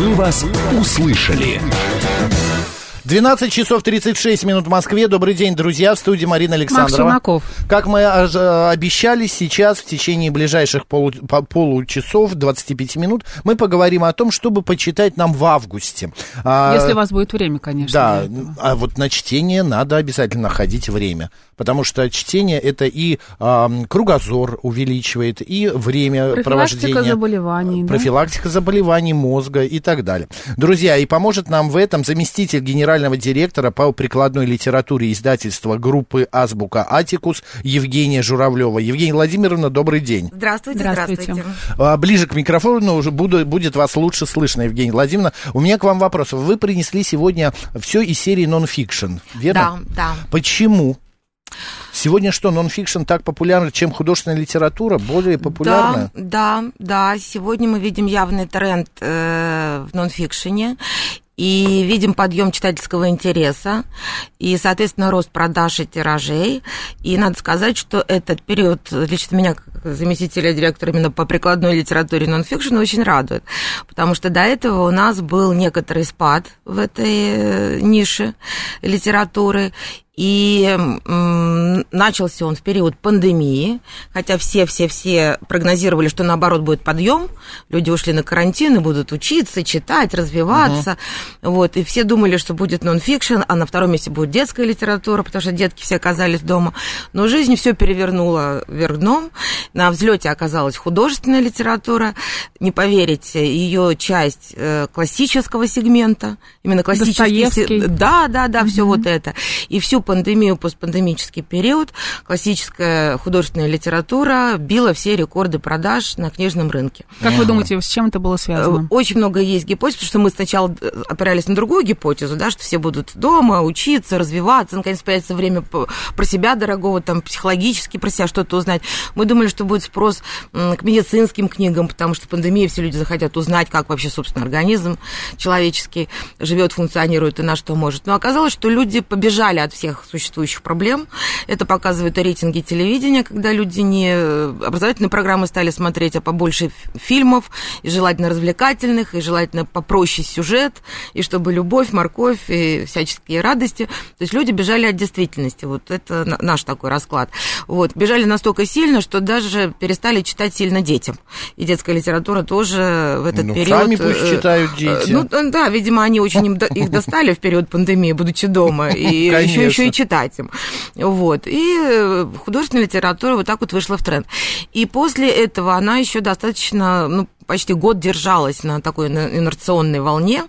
Мы вас услышали. 12 часов 36 минут в Москве. Добрый день, друзья. В студии Марина Александрова. Макс Челноков. Как мы обещали, сейчас в течение ближайших получасов, 25 минут, мы поговорим о том, чтобы почитать нам в августе. Если у вас будет время, конечно. Да, а вот на чтение надо обязательно находить время. Потому что чтение это и кругозор увеличивает, и время провождения. Заболеваний, профилактика заболеваний мозга и так далее. Друзья, и поможет нам в этом заместитель генерального директора по прикладной литературе издательства группы «Азбука Атикус» Евгения Журавлева. Евгения Владимировна, добрый день. Здравствуйте. Ближе к микрофону уже будет вас лучше слышно, Евгения Владимировна. У меня к вам вопрос. Вы принесли сегодня все из серии нон-фикшн, верно? Да. Почему? Сегодня что, нон-фикшн так популярен, чем художественная литература? Более популярна? Да. Сегодня мы видим явный тренд в нон-фикшене. И видим подъем читательского интереса, и, соответственно, рост продаж и тиражей. И надо сказать, что этот период лично меня, как заместителя директора именно по прикладной литературе нон-фикшн, очень радует. Потому что до этого у нас был некоторый спад в этой нише литературы. И начался он в период пандемии, хотя все прогнозировали, что наоборот будет подъем, люди ушли на карантин и будут учиться, читать, развиваться, вот, и все думали, что будет нон-фикшн, а на втором месте будет детская литература, потому что детки все оказались дома, но жизнь все перевернула вверх дном, на взлете оказалась художественная литература, не поверите, ее часть классического сегмента, именно классический, да, все вот это, и всю пандемию, постпандемический период, классическая художественная литература била все рекорды продаж на книжном рынке. Как вы думаете, с чем это было связано? Очень много есть гипотез, потому что мы сначала опирались на другую гипотезу, да, что все будут дома учиться, развиваться, наконец появится время про себя дорогого, там, психологически про себя что-то узнать. Мы думали, что будет спрос к медицинским книгам, потому что пандемия, все люди захотят узнать, как вообще, собственно, организм человеческий живет, функционирует и на что может. Но оказалось, что люди побежали от всех существующих проблем. Это показывают и рейтинги телевидения, когда люди не образовательные программы стали смотреть, а побольше фильмов, и желательно развлекательных, и желательно попроще сюжет, и чтобы любовь, морковь и всяческие радости. То есть люди бежали от действительности. Вот это наш такой расклад. Вот. Бежали настолько сильно, что даже перестали читать сильно детям. И детская литература тоже в этот период... Сами пусть читают дети. Да, видимо, они очень их достали в период пандемии, будучи дома, и еще и читать им. Вот. И художественная литература вот так вот вышла в тренд. И после этого она еще достаточно, почти год держалась на такой инерционной волне.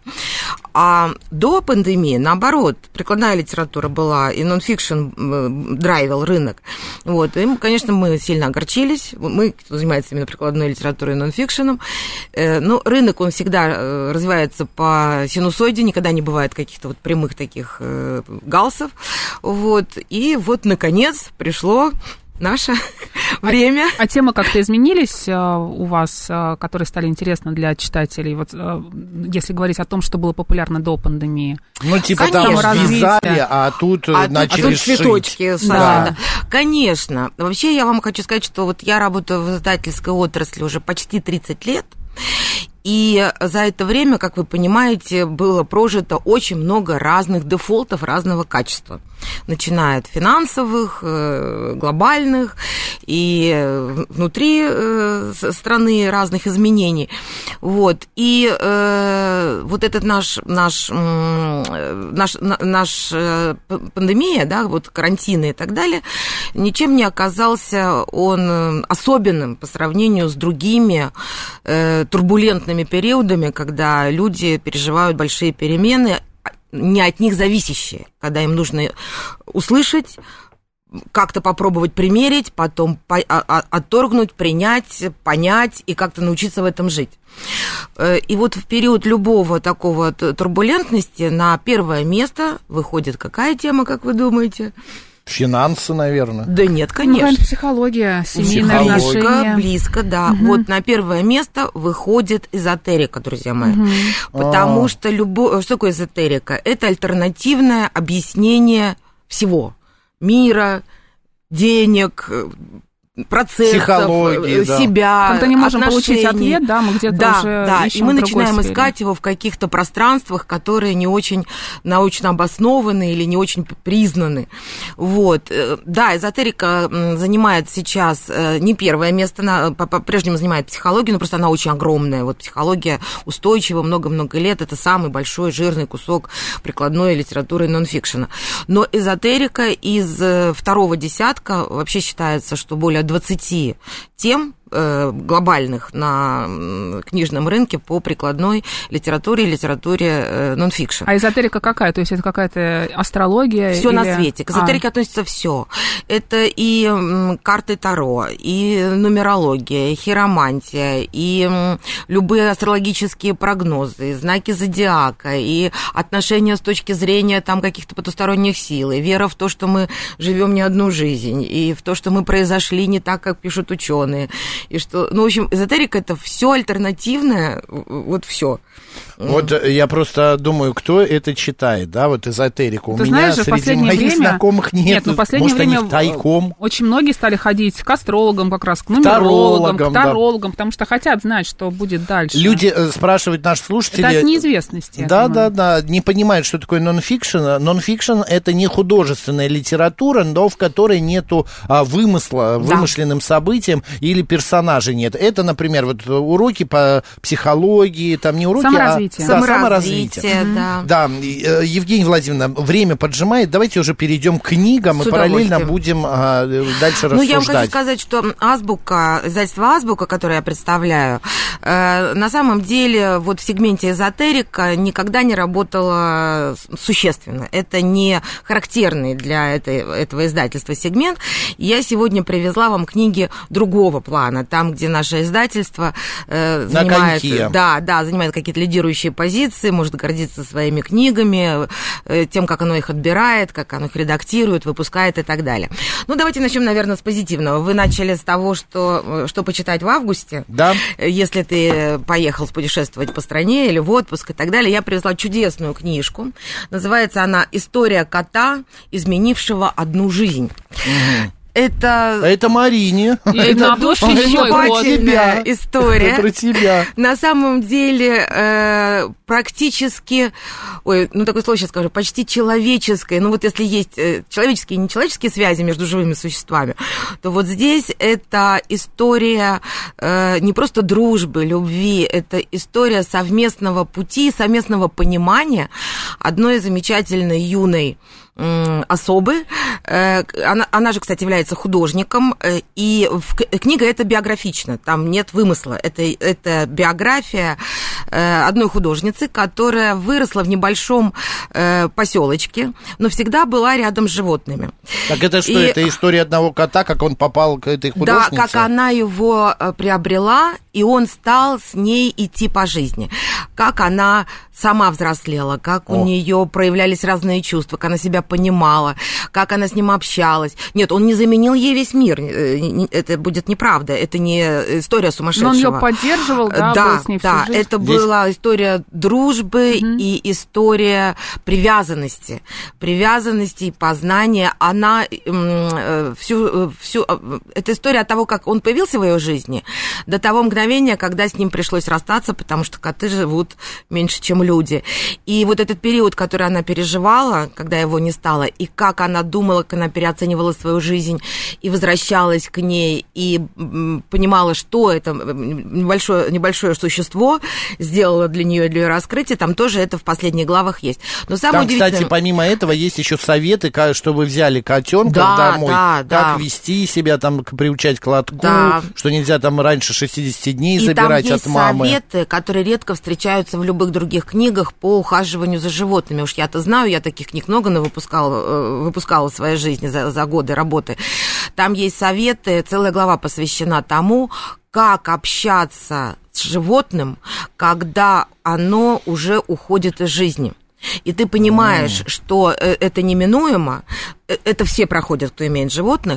А до пандемии, наоборот, прикладная литература была, и нон-фикшн драйвил рынок. Вот. И, конечно, мы сильно огорчились. Мы, кто занимается именно прикладной литературой и нон-фикшеном. Но рынок, он всегда развивается по синусоиде, никогда не бывает каких-то вот прямых таких галсов. Вот. И вот, наконец, пришло наше время. А темы как-то изменились у вас, которые стали интересны для читателей? Вот если говорить о том, что было популярно до пандемии. Типа там вязали, а тут начали тут цветочки. Да. Конечно. Вообще я вам хочу сказать, что вот я работаю в издательской отрасли уже почти 30 лет. И за это время, как вы понимаете, было прожито очень много разных дефолтов разного качества. Начиная от финансовых, глобальных и внутри страны разных изменений. Вот. И вот этот наш пандемия, да, вот карантины и так далее, ничем не оказался он особенным по сравнению с другими турбулентными периодами, когда люди переживают большие перемены, не от них зависящие, когда им нужно услышать, как-то попробовать примерить, потом отторгнуть, принять, понять и как-то научиться в этом жить. И вот в период любого такого турбулентности на первое место выходит какая тема, как вы думаете? Финансы, наверное. Да нет, конечно. Психология, семейные отношения. Близко, да. Вот на первое место выходит эзотерика, друзья мои. Потому что что такое эзотерика? Это альтернативное объяснение всего. Мира, денег, процессов, психологии, себя, когда не можем отношений. получить ответ, да, мы где-то уже ищем и мы в другой начинаем сфере. искать его в каких-то пространствах, которые не очень научно обоснованы или не очень признаны. Вот. Да, эзотерика занимает сейчас не первое место, по-прежнему занимает психологию, но просто она очень огромная. Вот психология устойчива много-много лет, это самый большой жирный кусок прикладной литературы нон-фикшена. Но эзотерика из второго десятка вообще считается, что более 20 тем глобальных на книжном рынке по прикладной литературе и литературе нон-фикшн. А эзотерика какая? То есть это какая-то астрология? Все на свете. К эзотерике относится все. Это и карты Таро, и нумерология, и хиромантия, и любые астрологические прогнозы, и знаки зодиака, и отношения с точки зрения там каких-то потусторонних сил, и вера в то, что мы живем не одну жизнь, и в то, что мы произошли не так, как пишут ученые. И что, ну, в общем, эзотерика — это все альтернативное, вот все. Вот я просто думаю, кто это читает, да, вот эзотерику. Ты У знаешь, меня же, среди моих знакомых нет. Но в последнее Может, время они тайком. очень многие стали ходить к астрологам как раз, к нумерологам, к тарологам, потому что хотят знать, что будет дальше. Люди спрашивают, наши слушатели... Это от неизвестности. Да, не понимают, что такое нон-фикшн. Нон-фикшн — это не художественная литература, но в которой нету вымысла, вымышленным событиям или персонажей нет. Это, например, вот уроки по психологии, там не уроки, саморазвитие. Саморазвитие. Да, Евгения Владимировна, время поджимает. Давайте уже перейдем к книгам и параллельно будем дальше рассуждать. Ну, я вам хочу сказать, что Азбука, издательство Азбука, которое я представляю, на самом деле вот в сегменте эзотерика никогда не работало существенно. Это не характерный для этого издательства сегмент. Я сегодня привезла вам книги другого плана, там, где наше издательство занимает какие-то лидирующие позиции, может гордиться своими книгами, тем, как оно их отбирает, как оно их редактирует, выпускает и так далее. Ну, давайте начнем, наверное, с позитивного. Вы начали с того, что почитать в августе. Да. Если ты поехал путешествовать по стране или в отпуск и так далее, я привезла чудесную книжку. Называется она «История кота, изменившего одну жизнь». Это Марине. Это душещипательная история. Это про тебя. На самом деле практически, такое слово сейчас скажу, почти человеческое. Ну вот если есть человеческие и нечеловеческие связи между живыми существами, то вот здесь это история не просто дружбы, любви, это история совместного пути, совместного понимания одной замечательной юной особы. Она же, кстати, является художником, и книга эта биографична, там нет вымысла. Это биография одной художницы, которая выросла в небольшом поселочке, но всегда была рядом с животными. Так это что, это история одного кота, как он попал к этой художнице? Да, как она его приобрела, и он стал с ней идти по жизни. Как она сама взрослела, как у нее проявлялись разные чувства, как она себя понимала, как она с ним общалась. Нет, он не заменил ей весь мир. Это будет неправда. Это не история сумасшедшего. Но он ее поддерживал, был с ней всю жизнь. Это была история дружбы и история привязанности и познания. Она эта история от того, как он появился в ее жизни, до того мгновения, когда с ним пришлось расстаться, потому что коты живут меньше, чем люди. И вот этот период, который она переживала, когда его не стало, и как она думала, как она переоценивала свою жизнь и возвращалась к ней, и понимала, что это небольшое существо сделало для нее, для ее раскрытия, там тоже это в последних главах есть. Но самое удивительное... Кстати, помимо этого есть еще советы, чтобы взяли котенка домой, как вести себя, там, приучать к лотку, что нельзя там раньше 60 дней забирать от мамы. И там есть советы, которые редко встречаются в любых других книгах по ухаживанию за животными. Уж я-то знаю, я таких книг много выпускала в своей жизни за годы работы. Там есть советы, целая глава посвящена тому, как общаться с животным, когда оно уже уходит из жизни. И ты понимаешь, что это неминуемо, это все проходят, кто имеет животных,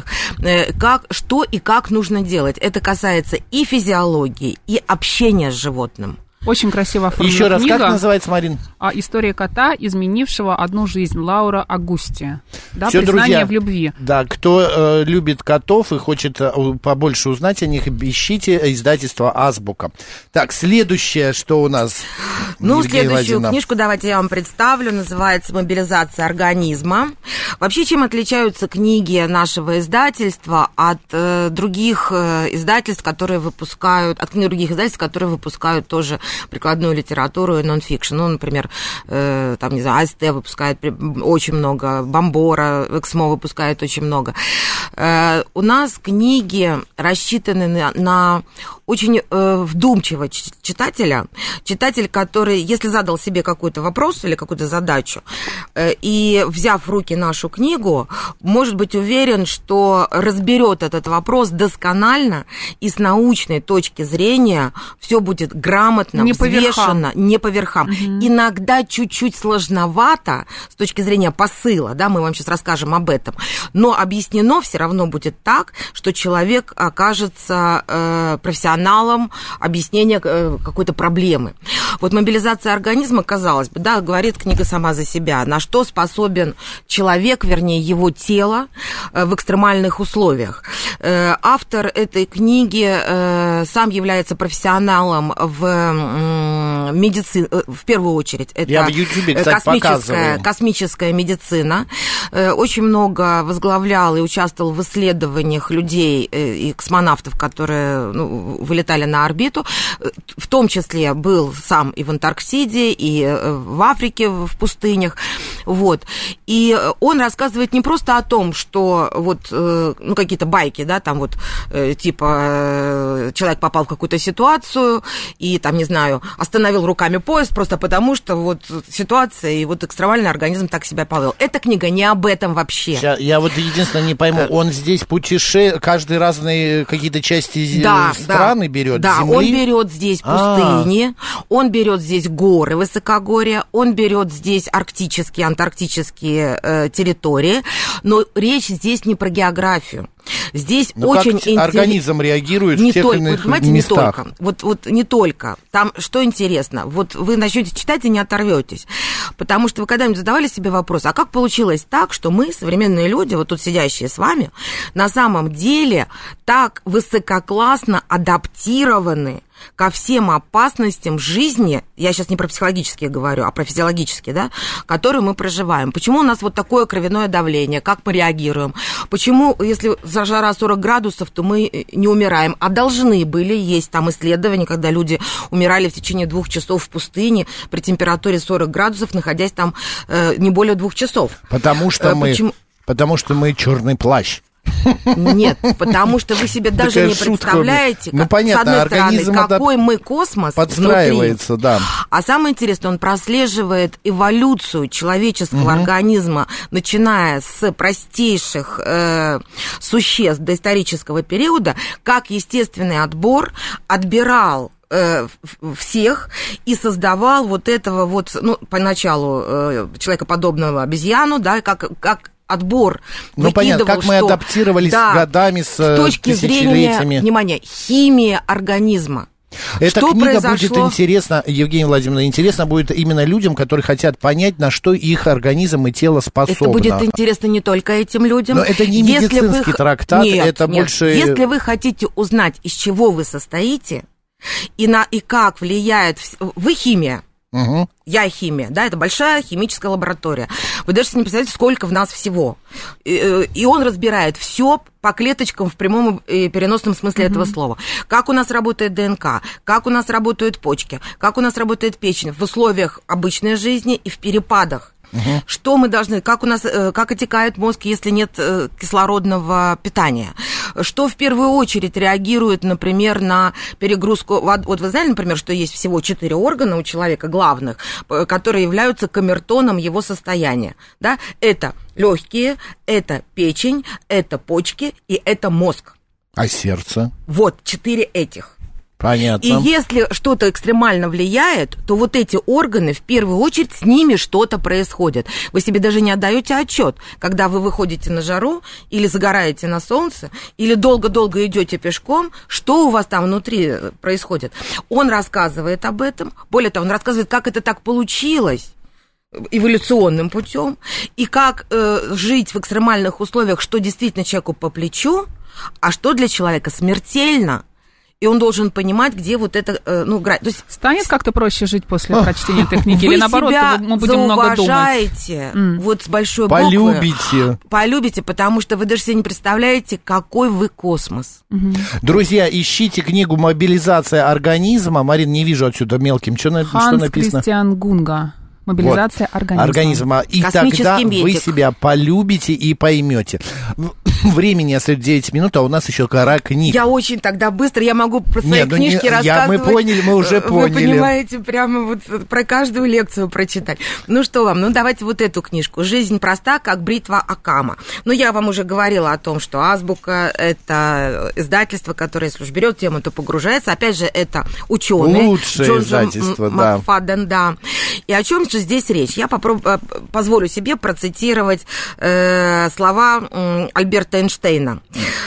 что и как нужно делать. Это касается и физиологии, и общения с животным. Очень красиво оформлена Еще раз, книга. как называется, Марин? «История кота, изменившего одну жизнь». Лаура Агусти. Да, Всё, «Признание друзья, в любви». Да, кто любит котов и хочет побольше узнать о них, ищите издательство «Азбука». Так, следующее, что у нас? Ну, Евгения следующую Владимировна. книжку давайте я вам представлю. Называется «Мобилизация организма». Вообще, чем отличаются книги нашего издательства от других издательств, которые выпускают, от книг других издательств, которые выпускают тоже прикладную литературу и нон-фикшн. Ну, например, там, не знаю, АСТ выпускает очень много, Бомбора, Эксмо выпускает очень много. У нас книги рассчитаны на очень вдумчивого читателя, читатель, который, если задал себе какой-то вопрос или какую-то задачу, и, взяв в руки нашу книгу, может быть уверен, что разберет этот вопрос досконально и с научной точки зрения все будет грамотно, взвешенно, не по верхам. Иногда чуть-чуть сложновато с точки зрения посыла, да, мы вам сейчас расскажем об этом, но объяснено все равно будет так, что человек окажется профессионалом объяснения какой-то проблемы. Вот «Мобилизация организма», казалось бы, да, говорит книга сама за себя, на что способен человек, вернее, его тело в экстремальных условиях. Автор этой книги сам является профессионалом в медицине, в первую очередь. Это я в Ютубе, кстати, космическая медицина. Очень много возглавлял и участвовал в исследованиях людей и космонавтов, которые вылетали на орбиту. В том числе был сам и в Антарктиде, и в Африке, в пустынях. Вот. И он рассказывает не просто о том, что вот, какие-то байки, да, там вот, типа, человек попал в какую-то ситуацию и, там, не знаю, остановил руками поезд просто потому, что вот ситуация и вот экстремальный организм так себя повел. Эта книга не об этом вообще. Я вот единственное не пойму, он здесь каждый разные какие-то части страны берет, да, земли? Он берет здесь пустыни, он берет здесь горы, высокогорья, он берет здесь арктические, антарктические территории, но речь здесь не про географию. Здесь очень интересно. Организм реагирует в тех или иных местах. Вот не только. Там что интересно, вот вы начнете читать и не оторветесь. Потому что вы когда-нибудь задавали себе вопрос, а как получилось так, что мы, современные люди, вот тут сидящие с вами, на самом деле так высококлассно адаптированы ко всем опасностям жизни, я сейчас не про психологические говорю, а про физиологические, да, которые мы проживаем. Почему у нас вот такое кровяное давление, как мы реагируем? Почему, если жара 40 градусов, то мы не умираем? А должны были, есть там исследования, когда люди умирали в течение 2 часов в пустыне при температуре 40 градусов, находясь там не более 2 часов. Потому что мы черный плащ. Нет, потому что вы себе даже не представляете, с одной стороны, какой мы космос подстраивается, внутри. Да. А самое интересное, он прослеживает эволюцию человеческого организма, начиная с простейших существ доисторического периода, как естественный отбор отбирал всех и создавал вот этого вот, поначалу человекоподобного обезьяну, да, как отбор. Понятно, как мы адаптировались годами, с точки зрения, внимание, химии организма. Эта книга будет интересна, Евгения Владимировна, интересна будет именно людям, которые хотят понять, на что их организм и тело способны. Это будет интересно не только этим людям. Но это не медицинский трактат, это больше... Если вы хотите узнать, из чего вы состоите, и как влияет... Вы химия. Угу. Я химия, да, это большая химическая лаборатория. Вы даже не представляете, сколько в нас всего. И он разбирает все по клеточкам в прямом и переносном смысле этого слова. Как у нас работает ДНК, как у нас работают почки, как у нас работает печень в условиях обычной жизни и в перепадах. Что мы должны, как отекает мозг, если нет кислородного питания? Что в первую очередь реагирует, например, на перегрузку? Вот вы знали, например, что есть всего 4 органа у человека главных, которые являются камертоном его состояния. Да? Это легкие, это печень, это почки и это мозг. А сердце? Вот, 4 этих. Понятно. И если что-то экстремально влияет, то вот эти органы, в первую очередь, с ними что-то происходит. Вы себе даже не отдаете отчет, когда вы выходите на жару, или загораете на солнце, или долго-долго идете пешком, что у вас там внутри происходит. Он рассказывает об этом. Более того, он рассказывает, как это так получилось эволюционным путем, и как жить в экстремальных условиях, что действительно человеку по плечу, а что для человека смертельно. И он должен понимать, где вот это, грань. То есть станет как-то проще жить после прочтения этой книги? Или наоборот, мы будем много думать? Вы себя зауважаете, вот с большой буквы. Полюбите, потому что вы даже себе не представляете, какой вы космос. Друзья, ищите книгу «Мобилизация организма». Марин, не вижу отсюда мелким. Что написано? Ханс Кристиан Гунга. «Мобилизация организма». И тогда вы себя полюбите и поймете. Времени остается 9 минут, а у нас еще гора книг. Я очень тогда быстро, я могу про свои книжки рассказывать. Мы уже поняли. Вы понимаете, прямо вот про каждую лекцию прочитать. Ну что вам, давайте вот эту книжку «Жизнь проста, как бритва Акама». Я вам уже говорила о том, что «Азбука» — это издательство, которое, если уж берет тему, то погружается. Опять же, это ученый. Лучшее издательство, Макфаден, да. И о чем же здесь речь? Я позволю себе процитировать слова Альберта Эйнштейна.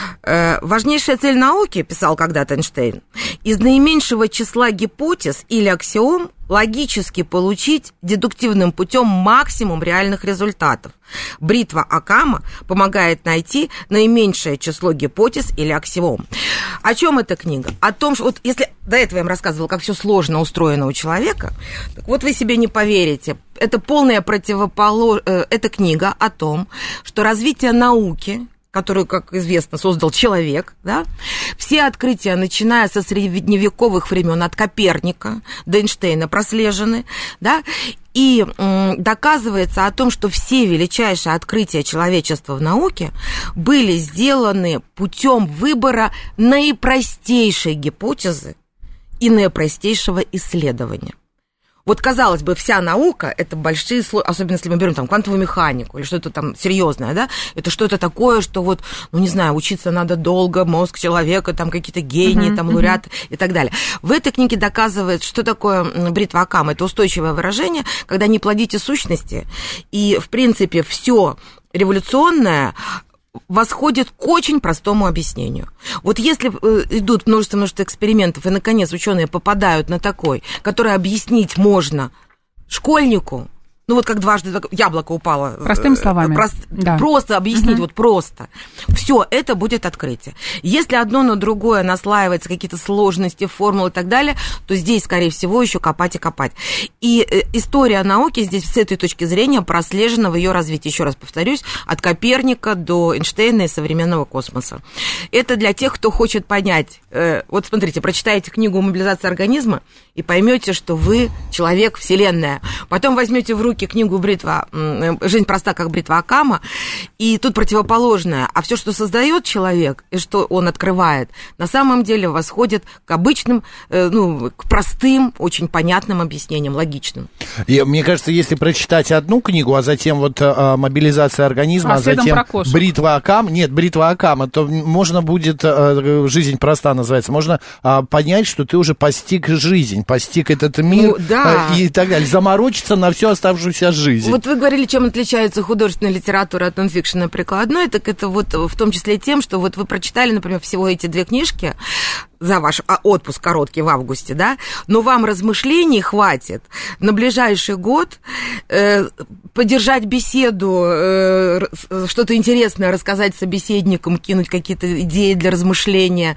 «Важнейшая цель науки, — писал когда-то Эйнштейн, — из наименьшего числа гипотез или аксиом логически получить дедуктивным путем максимум реальных результатов. Бритва Акама помогает найти наименьшее число гипотез или аксиом». О чем эта книга? О том, что вот если до этого я вам рассказывала, как все сложно устроено у человека, так вот вы себе не поверите. Это полная противоположность. Это книга о том, что развитие науки, которую, как известно, создал человек, да, все открытия, начиная со средневековых времен от Коперника до Эйнштейна, прослежены, да, и доказывается о том, что все величайшие открытия человечества в науке были сделаны путем выбора наипростейшей гипотезы и наипростейшего исследования. Вот, казалось бы, вся наука – это большие слои, особенно если мы берем там квантовую механику или что-то там серьезное, да, это что-то такое, что вот, не знаю, учиться надо долго, мозг человека, там какие-то гении, там лауреаты и так далее. В этой книге доказывает, что такое бритва Акама. Это устойчивое выражение, когда не плодите сущности, и, в принципе, все революционное восходит к очень простому объяснению. Вот если идут множество экспериментов, и, наконец, ученые попадают на такой, который объяснить можно школьнику, вот как дважды яблоко упало. Простыми словами. Да. Просто объяснить, вот просто. Все, это будет открытие. Если одно на другое наслаивается, какие-то сложности, формулы и так далее, то здесь, скорее всего, еще копать и копать. И история науки здесь с этой точки зрения прослежена в ее развитии, еще раз повторюсь, от Коперника до Эйнштейна и современного космоса. Это для тех, кто хочет понять. Вот смотрите, прочитаете книгу «Мобилизация организма» и поймете, что вы человек, вселенная. Потом возьмете в руки книгу «Жизнь проста, как бритва Акама», и тут противоположное. А все, что создает человек и что он открывает, на самом деле восходит к обычным, к простым, очень понятным объяснениям, логичным. И, мне кажется, если прочитать одну книгу, а затем «Мобилизация организма», а затем «Бритва Акама», «Бритва Акама», то можно будет, «Жизнь проста» называется, можно понять, что ты уже постиг жизнь, постиг этот мир и так далее, заморочиться на всю оставшуюся жизнь. Вот вы говорили, чем отличается художественная литература от нонфикшена прикладной, так это вот в том числе тем, что вот вы прочитали, например, всего эти 2 книжки за ваш отпуск короткий в августе, да, но вам размышлений хватит на ближайший год поддержать беседу, что-то интересное рассказать собеседникам, кинуть какие-то идеи для размышления,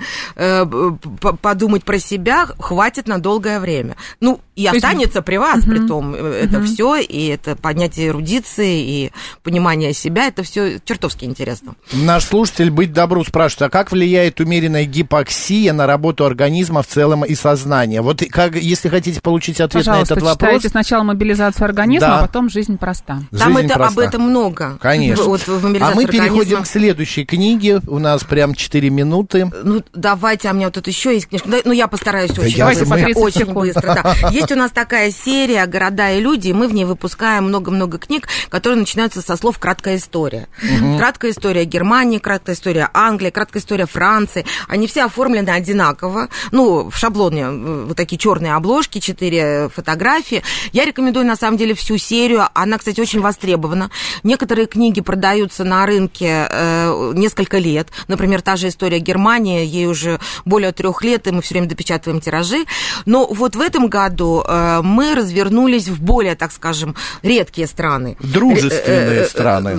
подумать про себя, хватит на долгое время. И останется при вас, при том, это все, и это понятие эрудиции, и понимание себя, это все чертовски интересно. Наш слушатель «Быть добру» спрашивает, а как влияет умеренная гипоксия на работу организма в целом и сознания? Вот как, если хотите получить ответ на этот вопрос... Читайте сначала «Мобилизацию организма», а потом «Жизнь проста». Там об этом много. Конечно. А мы переходим к следующей книге. У нас прям 4 минуты. Давайте, у меня вот тут еще есть книжка. Я постараюсь очень быстро. Да. Есть у нас такая серия «Города и люди», и мы в ней выпускаем много-много книг, которые начинаются со слов «краткая история». Краткая история Германии, краткая история Англии, краткая история Франции. Они все оформлены одинаково. одинаково, ну, в шаблоне, вот такие черные обложки, 4 фотографии. Я рекомендую, на самом деле, всю серию. Она, кстати, очень востребована. Некоторые книги продаются на рынке несколько лет. Например, та же «История Германии», ей уже более 3 лет, и мы все время допечатываем тиражи. Но вот в этом году мы развернулись в более, так скажем, редкие страны. Дружественные страны.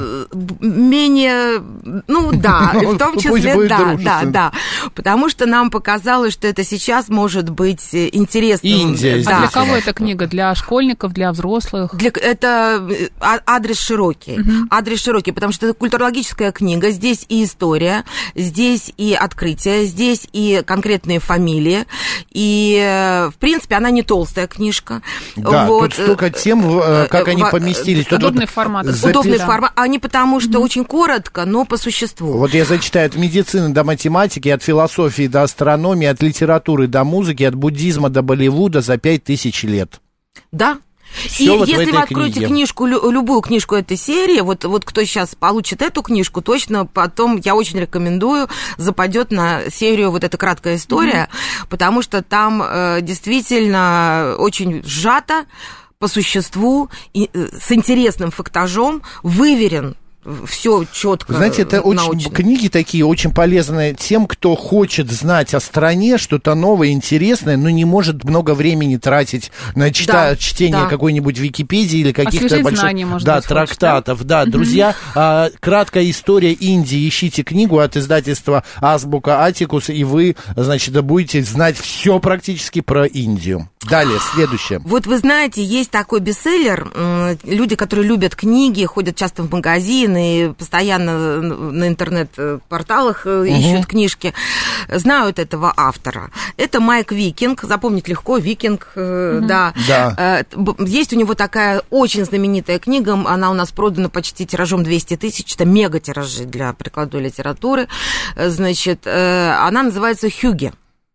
Менее, ну да, в том числе, да. Потому что нам показалось, что это сейчас может быть интересно. Индия. А для кого эта книга? Для школьников, для взрослых? Это адрес широкий. Адрес широкий, потому что это культурологическая книга. Здесь и история, здесь и открытие, здесь и конкретные фамилии. И, в принципе, она не толстая книжка. Да, вот. Тут столько тем, как они поместились. Удобный формат. Удобный формат. А не потому, что очень коротко, но по существу. Вот я зачитаю: от медицины до математики, от философии до астрономии, от литературы до музыки, от буддизма до Болливуда за 5000 лет. Да. Всё и вот если вы откроете книжку, любую книжку этой серии, вот кто сейчас получит эту книжку, точно потом, я очень рекомендую, западет на серию вот эта краткая история, потому что там действительно очень сжато, по существу, и с интересным фактажом, выверен. Все четко. Знаете, это очень книги такие очень полезные тем, кто хочет знать о стране, что-то новое, интересное, но не может много времени тратить на чтение какой-нибудь Википедии или каких-то больших знания, может быть, трактатов. Хочешь, да? Друзья, краткая история Индии. Ищите книгу от издательства «Азбука Атикус», и вы, значит, будете знать все практически про Индию. Далее, следующее. Вот вы знаете, есть такой бестселлер. Люди, которые любят книги, ходят часто в магазин и постоянно на интернет-порталах ищут книжки, знают этого автора. Это Майк Викинг. Запомнить легко. Викинг, да. Есть у него такая очень знаменитая книга. Она у нас продана почти тиражом 200 тысяч. Это мега-тиражи для прикладной литературы. Значит, она называется «Хюге».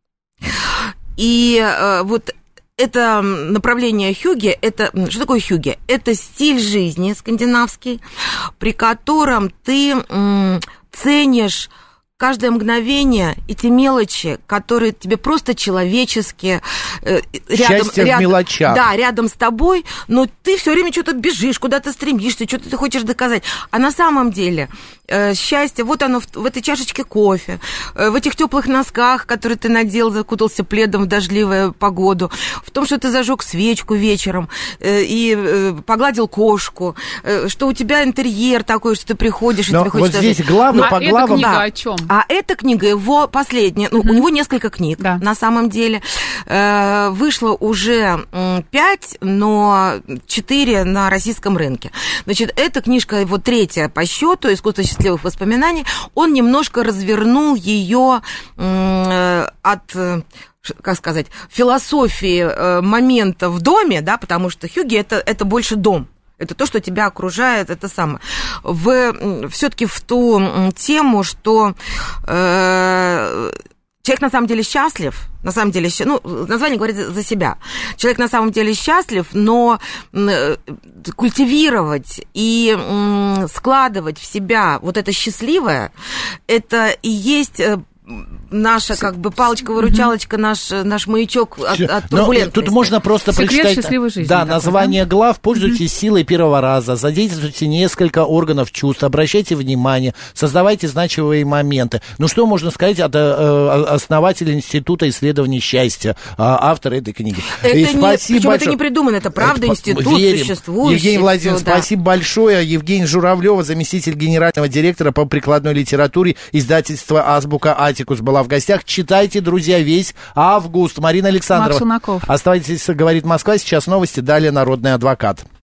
И вот это направление хюге, это что такое хюге? Это стиль жизни скандинавский, при котором ты ценишь каждое мгновение, эти мелочи, которые тебе просто человеческие в мелочах. Да, рядом с тобой, но ты все время что-то бежишь, куда-то стремишься, что-то ты хочешь доказать. А на самом деле счастье, вот оно в этой чашечке кофе, в этих теплых носках, которые ты надел, закутался пледом в дождливую погоду, в том, что ты зажег свечку вечером и погладил кошку, что у тебя интерьер такой, что ты приходишь, и тебе хочется... Вот здесь главное по главам... Эта книга о чем? А эта книга его последняя. Ну, у него несколько книг, на самом деле. Вышло уже 5, но 4 на российском рынке. Значит, эта книжка его 3-я по счету, «Искусство счастливых воспоминаний». Он немножко развернул ее от... как сказать, философии момента в доме, да, потому что хюге это больше дом. Это то, что тебя окружает, это самое. Все-таки в ту тему, что человек на самом деле счастлив, название говорит за себя. Человек на самом деле счастлив, но культивировать и складывать в себя вот это счастливое, это и есть... наша, как бы, палочка-выручалочка, наш маячок от турбулентности. Тут можно просто «Секрет прочитать счастливой жизни», название глав. Пользуйтесь силой первого раза, задействуйте несколько органов чувств, обращайте внимание, создавайте значимые моменты. Ну, что можно сказать от основателя Института исследований счастья, автора этой книги? Причем это не придумано, это правда, институт существующий. Евгений Владимирович, спасибо большое. Евгений Журавлева, заместитель генерального директора по прикладной литературе издательства «Азбука Атикус», была в гостях. Читайте, друзья, весь август. Марина Александрова. Марк Шунаков. Оставайтесь, говорит Москва. Сейчас новости. Далее народный адвокат.